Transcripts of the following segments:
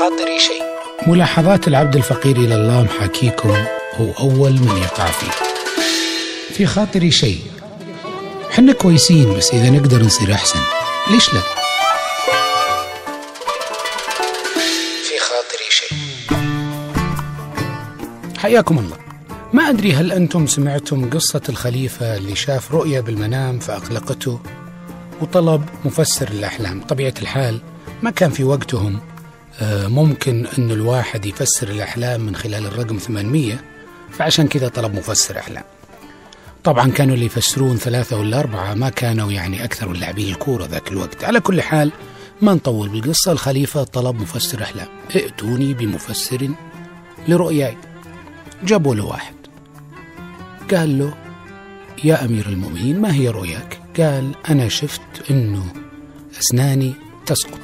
خاطري شيء. ملاحظات العبد الفقير إلى الله محاكيكم هو أول من يقع فيه. في خاطري شيء، حنا كويسين بس إذا نقدر نصير أحسن ليش لا؟ في خاطري شيء. حياكم الله. ما أدري هل أنتم سمعتم قصة الخليفة اللي شاف رؤية بالمنام فأقلقته وطلب مفسر الأحلام. طبيعة الحال ما كان في وقتهم ممكن أن الواحد يفسر الأحلام من خلال الرقم 800، فعشان كذا طلب مفسر أحلام. طبعا كانوا اللي يفسرون 3 ولا 4، ما كانوا يعني أكثر من لاعبين الكورة ذاك الوقت. على كل حال ما نطول بالقصة، الخليفة طلب مفسر أحلام، ائتوني بمفسر لرؤياي. جابوا له واحد قال له يا أمير المؤمنين ما هي رؤياك؟ قال أنا شفت أنه أسناني تسقط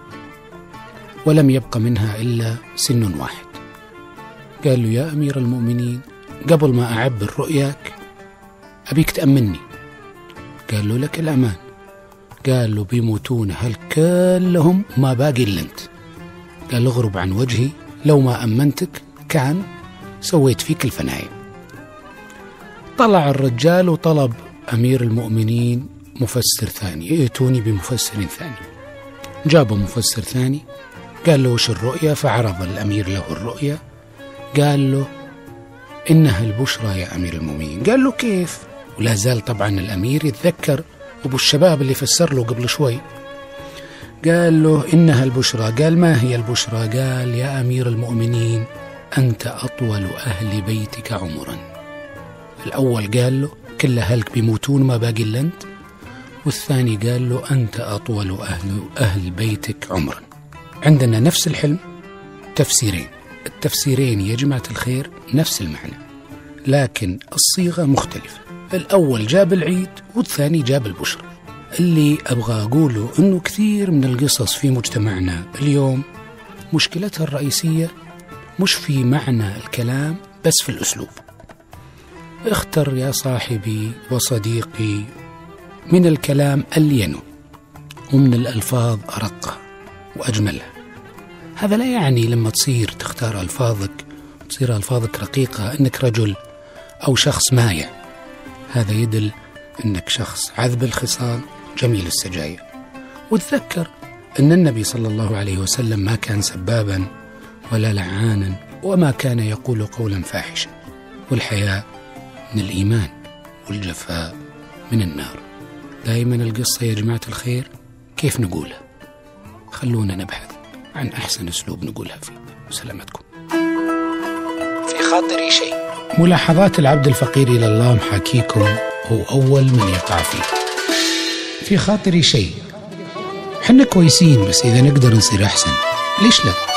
ولم يبق منها إلا سن واحد. قال له يا أمير المؤمنين قبل ما أعبر رؤياك أبيك تأمني. قال له لك الأمان. قال له بيموتون هل كلهم ما باقي إلا أنت. قال له اغرب عن وجهي، لو ما أمنتك كان سويت فيك الفناية. طلع الرجال وطلب أمير المؤمنين مفسر ثاني، ائتوني بمفسر ثاني. جابوا مفسر ثاني قال له وش الرؤية؟ فعرض الأمير له الرؤية. قال له إنها البشرى يا أمير المؤمنين. قال له كيف؟ ولا زال طبعا الأمير يتذكر أبو الشباب اللي فسر له قبل شوي. قال له إنها البشرى. قال ما هي البشرى؟ قال يا أمير المؤمنين أنت أطول أهل بيتك عمرا. الأول قال له كل أهلك بيموتون ما باقي إلا أنت، والثاني قال له أنت أطول أهل بيتك عمرا. عندنا نفس الحلم تفسيرين، التفسيرين يا جماعة الخير نفس المعنى لكن الصيغة مختلفة. الأول جاب العيد والثاني جاب البشرى. اللي أبغى أقوله أنه كثير من القصص في مجتمعنا اليوم مشكلتها الرئيسية مش في معنى الكلام بس في الأسلوب. اختر يا صاحبي وصديقي من الكلام ألينه ومن الألفاظ أرقها وأجملها. هذا لا يعني لما تصير تختار ألفاظك تصير ألفاظك رقيقة أنك رجل أو شخص مايع. هذا يدل أنك شخص عذب الخصال جميل السجايا. وتذكر أن النبي صلى الله عليه وسلم ما كان سبابا ولا لعانا وما كان يقول قولا فاحشا. والحياء من الإيمان والجفاء من النار. دائما القصة يا جماعة الخير كيف نقولها؟ خلونا نبحث عن أحسن أسلوب نقولها فيه. وسلامتكم. في خاطري شيء. ملاحظات العبد الفقير إلى الله محاكيكم هو أول من يقع فيه. في خاطري شيء، حنا كويسين بس إذا نقدر نصير أحسن ليش لا؟